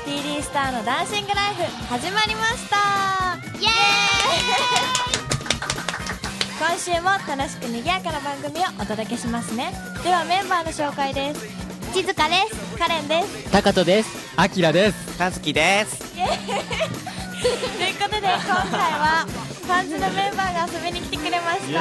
TD スターのダンシングライフ始まりました。イエーイ今週も楽しく賑やかな番組をお届けしますね。ではメンバーの紹介です。 静香です。 カレンです。 タカトです。 アキラです。 カズキです。 ということで今回はパンツのメンバーが遊びに来てくれました。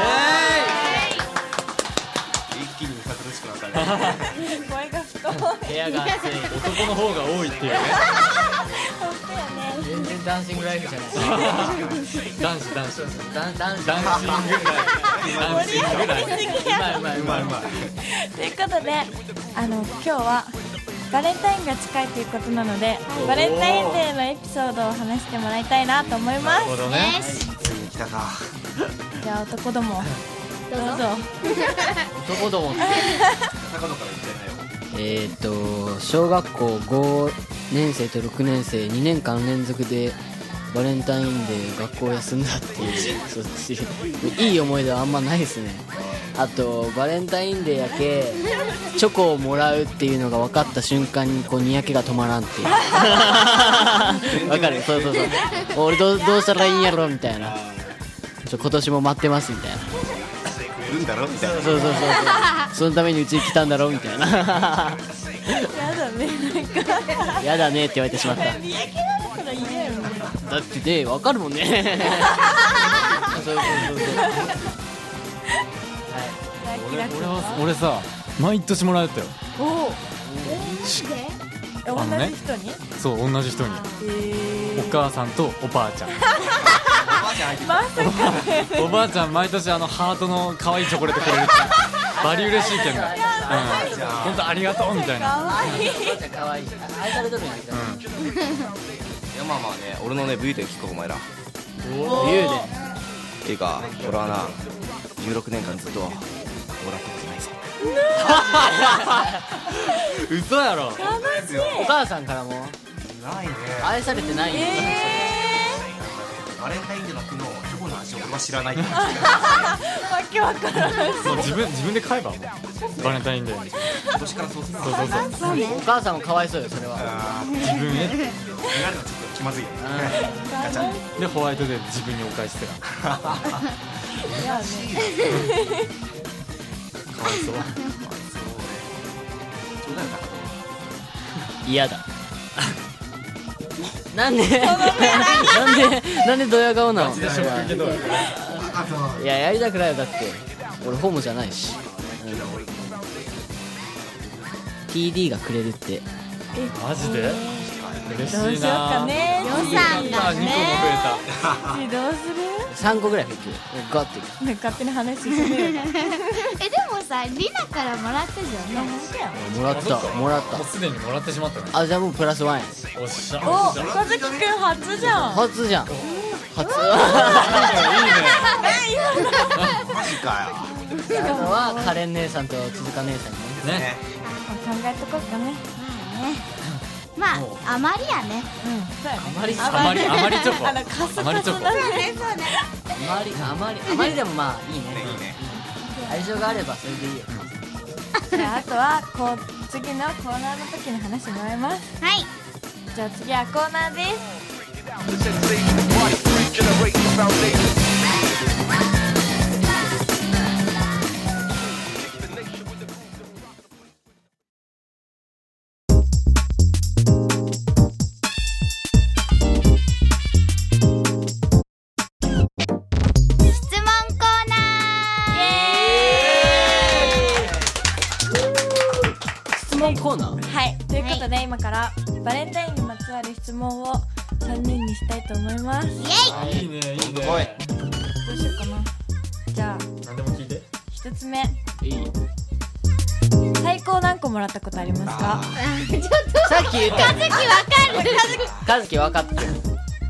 一気に堅苦しくなったね。 声が太い。 部屋が暑い。 男の方が多いっていうね。 本当やね。 全然ダンシングライフじゃない。 男子ダンシングダンシングライフ。 うまい。 ということで今日はバレンタインが近いということなので、バレンタインデーのエピソードを話してもらいたいなと思います。 なるほどね。 ついに来たか。 じゃあ男どもどうぞ。 男どもって高野から言ってないよ。 小学校5年生と6年生2年間連続でバレンタインデー学校休んだっていう、そっちいい思い出はあんまないですね。あとバレンタインデーやけチョコをもらうっていうのが分かった瞬間にこうにやけが止まらんっていう分かる。そう俺どうしたらいいんやろみたいな、今年も待ってますみたいな、 来るんだろみたいな。 そうそのためにうちに来たんだろみたいなやだね、なんかやだねって言われてしまった。 にやけられたら嫌よね。 だってね、分かるもんねそう俺さ、毎年もらえたよ。 同じ人に？ そう、同じ人に。お母さんとおばあちゃん。 まさかおばあちゃん毎年ハートの可愛いチョコレートくれるってバリ嬉しいけんだ。本当ありがとうみたいな。 かわいい。 かわいい。愛されとるんやけど。 いやまあね、俺のねブイで聞くお前ら。 言うで。 ていうか俺はな16年間ずっともらったことないぜ。 嘘やろ。 お母さんからもないね。 愛されてないよ。 バレンタインデーの日のチョコの味を俺は知らない。 わけわからない。 そう自分で買えばもうバレンタインデーに。 今年からそうするの。 そうお母さんもかわいそうよそれは。 自分へ見られるのちょっと気まずいよね。ガチャン。 でホワイトデー自分にお返しする。 いやね。 かわいそう。 そうだよな。 嫌だ。なんでドヤ顔なの。 ショックけど。 いややりたくないよ、だって俺ホモじゃないし。TD がくれるって。 マジで嬉しいな。 どうしようかね。 予算が 2個も増えどうする 3個ぐらい増えてる。ガッてね、勝手に話進める。 でもさ、リナからもらったじゃんね。 もらったた。もうすでにもらってしまったね。 あ、じゃあもうプラス1や。 おっしゃ。 お、岡崎くん初じゃん。 初じゃん。初。 いいね。 マジかよ。 あとはカレン姉さんと鈴鹿姉さんにね。 ね。 考えとこうかね。 まあ、あまりやね。 そうやね。 あまりチョコ。 カあまりチョコ。 だね。 あまりでもまあいいね。 いいね。 愛情があればそれでいいよ。 じゃああとは次のコーナーの時に話してもらいます。 はい。 じゃあ次はコーナーです。 コーナー。 はい、ということで今からバレンタインにまつわる質問を3人にしたいと思います。 イエイ。 いいね。 おい。 どうしようかな。じゃあ何でも聞いて。 1つ目、 いい。 最高何個もらったことありますか？ ちょっとさっき言ったよね。 和樹わかる。 和樹分かってる。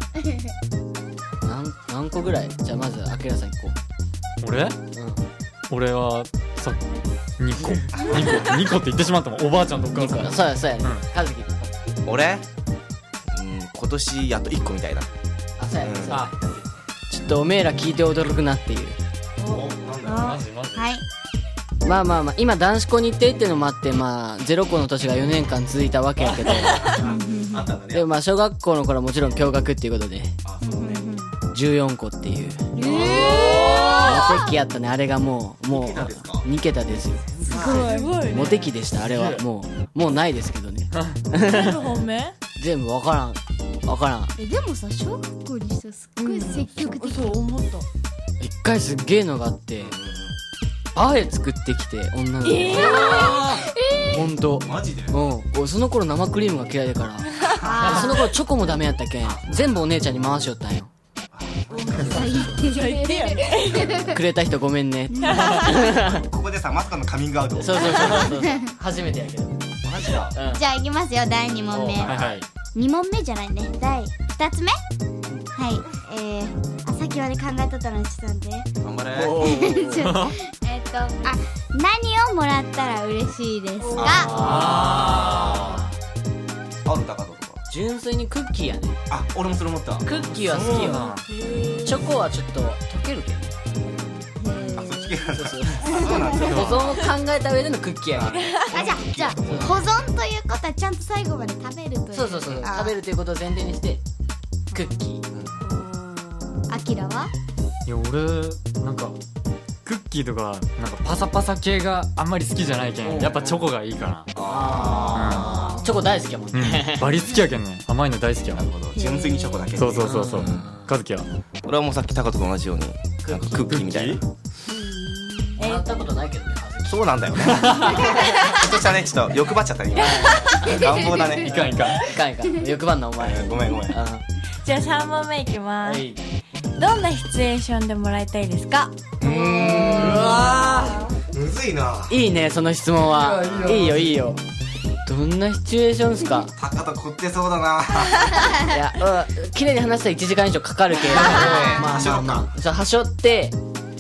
何個ぐらい？じゃあまずアキラさん行こ俺？ う。 俺はさ2個って言ってしまったもん。おばあちゃんとお母さん。 そうやね。和樹。 俺？今年やっと1個みたいな。 あ、そうやね。 あ、 ちょっとおめえら聞いて驚くなっていう。 マジ。 はい。 まあ今男子校に行ってるっていうのもあって、まあ0個の年が4年間続いたわけやけどあったんだね。 でもまあ小学校の頃はもちろん共学っていうことで14個っていうモテ期やったね。あれがもう2桁ですよ。 すごいモテ期でした。あれはもうないですけどね。 全部本命？ 全部わからん。 でもさ小学校にさすっごい積極的、 そう思った。 一回すっげえのがあってパフェ作ってきて女の子ほんとマジで？ 俺その頃生クリームが嫌いだからその頃チョコもダメやったけん全部お姉ちゃんに回しよったんよ。 最低やね。 くれた人ごめんね。 ここでさまさかのカミングアウト。 そう初めてやけど。 マジか。 じゃあいきますよ第2問目。 はい 2問目じゃないね、第2つ目。はいさっきまで考えとったのにしたんで頑張れ。 何をもらったら嬉しいですか？ ある高とか。 純粋にクッキーやね。 あ、俺もそれ思った。 クッキーは好きよ。チョコはちょっと溶けるけどね。 あ、そっち系なんだ。 そうそうなんだ。 保存を考えた上でのクッキーやね。 じゃあ保存ということはちゃんと最後まで食べるという。 そう食べるということを前提にしてクッキー。 アキラは？ いや俺なんかクッキーとかなんかパサパサ系があんまり好きじゃないけんやっぱチョコがいいかな。 チョコ大好きやもんね。 バリ好きやけんね。甘いの大好きやもん。 純粋にチョコだけ。 そう和樹は俺はもうさっき高と同じようになんかクッキーみたいな。 もらったことないけどね。 そうなんだよね。ちょっとしたね、ちょっと欲張っちゃったね。願望だね。 いかんいかん欲張んなお前。 ごめん。 じゃあ3問目いきます。 はい。 どんなシチュエーションでもらいたいですか？ むずいな。 いいねその質問は。いいよ。どんなシチュエーションっすか？ 高と凝ってそうだな。 いや綺麗に話したら1時間以上かかるけどはしょって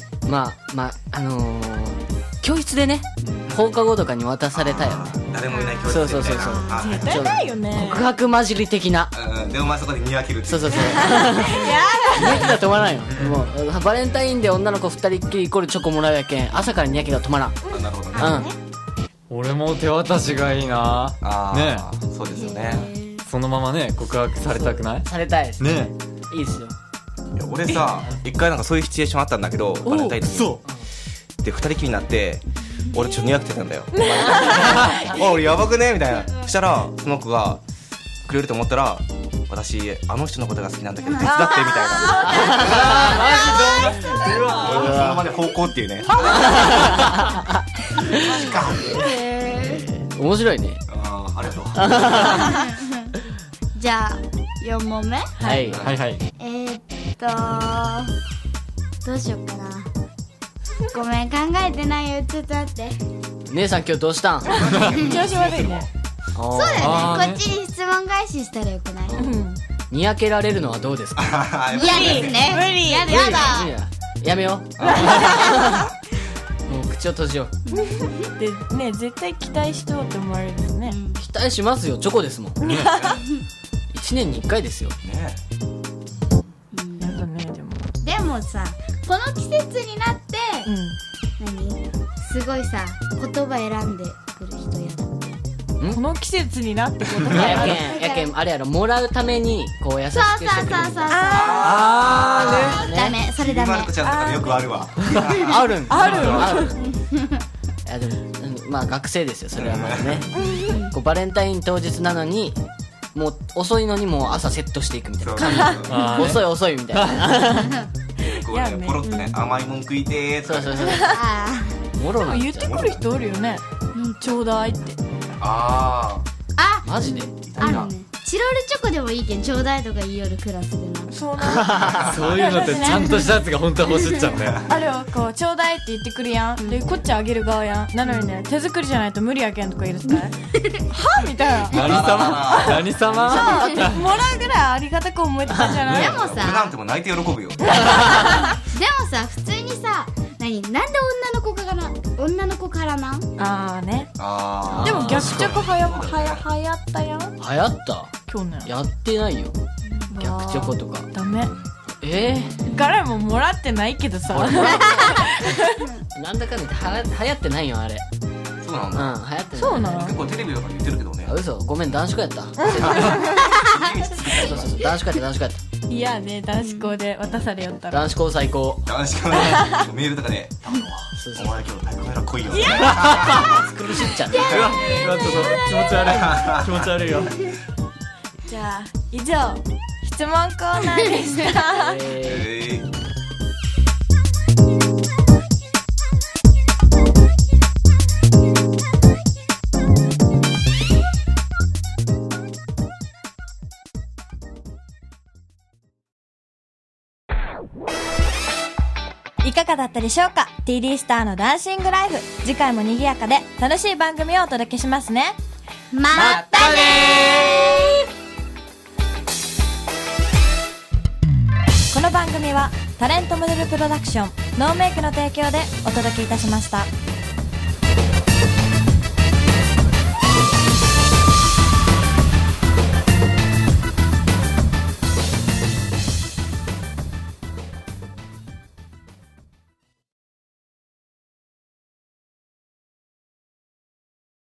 教室でね放課後とかに渡されたよね。 誰もいない教室みたいな。 絶対ないよね。 告白混じり的な。 でお前そこで見分けるっていう。 そう。熱が止まらんよ。もうバレンタインで女の子2人っきりイコールチョコもらうやけん朝からにやけが止まらん。 なるほどね。 俺も手渡しがいいな。ねそうですよね。 そのままね告白されたくない？ されたいですね。 いいですよ。 いや俺さ一回なんかそういうシチュエーションあったんだけどバレンタインの日で2人きりになって俺ちょっとにやけてたんだよ。俺やばくねみたいな。そしたらその子がくれると思ったら私あの人のことが好きなんだけど手伝ってみたいな。俺もそのままで方向っていうね。マジか。 面白いね。 ありがとう。 じゃあ4問目。 はいどうしようかな。ごめん考えてないよ。ちょっと待って。 姉さん今日どうしたん？ 調子悪いね。 そうだよね。こっちに質問返ししたらよくない？ にやけられるのはどうですか？ 嫌ですね。 無理。 やだ。 やめよう。もう口を閉じよう。 でね絶対期待しとうって思われるよね。 期待しますよ。チョコですもん。1年に1回ですよ。 やだねでも。 でもさこの季節になってすごいさ言葉選んでくる人やだ。 この季節になってことか。 やけんあれやろもらうためにこう優しくしてくれる。 ダメそれダメ。 マルコちゃんとかでよくあるわ。 ある。いやでもまあ学生ですよそれはまだね。こうバレンタイン当日なのにもう遅いのにもう朝セットしていくみたいな。遅いみたいな。 こうねポロッとね甘いもん食いてーとか。 そうもろな言ってくる人おるよね。ちょうだいって。 マジであるね。チロルチョコでもいいけんちょうだいとか言いよるクラスでな。 そうなそういうのってちゃんとしたやつが本当は欲しっちゃうんだよ。 あれはこうちょうだいって言ってくるやん。でこっちあげる側やん。なのにね手作りじゃないと無理やけんとか言うとはみたいな。 何様もらうぐらいありがたく思えてたんじゃない？ でもさ俺なんても泣いて喜ぶよ。 でもさ普通にさなんで女の子からなんね。でも逆チョコ流行ったやん。 流行った？ 去年やってないよ逆チョコとか。 ダメ。 誰ももらってないけどさ。 なんだかんだ流行ってないよあれ。 そうなんだ。 うん、流行ってない。 そうなの？ 結構テレビとかで言ってるけどね。 あ、嘘、ごめん、男子校やった。そうそうそう、男子校やった。 いやね、男子校で渡されよったら。 男子校最高。 男子校ね、メールとかね、お前今日大会から来いよ。 苦しっちゃって。 うわちょっと気持ち悪いよ。 じゃあ以上質問コーナーでした。いかがだったでしょうか。 TD スターのダンシングライフ、次回も賑やかで楽しい番組をお届けしますね。 まったねこの番組はタレントモデルプロダクションノーメイクの提供でお届けいたしました。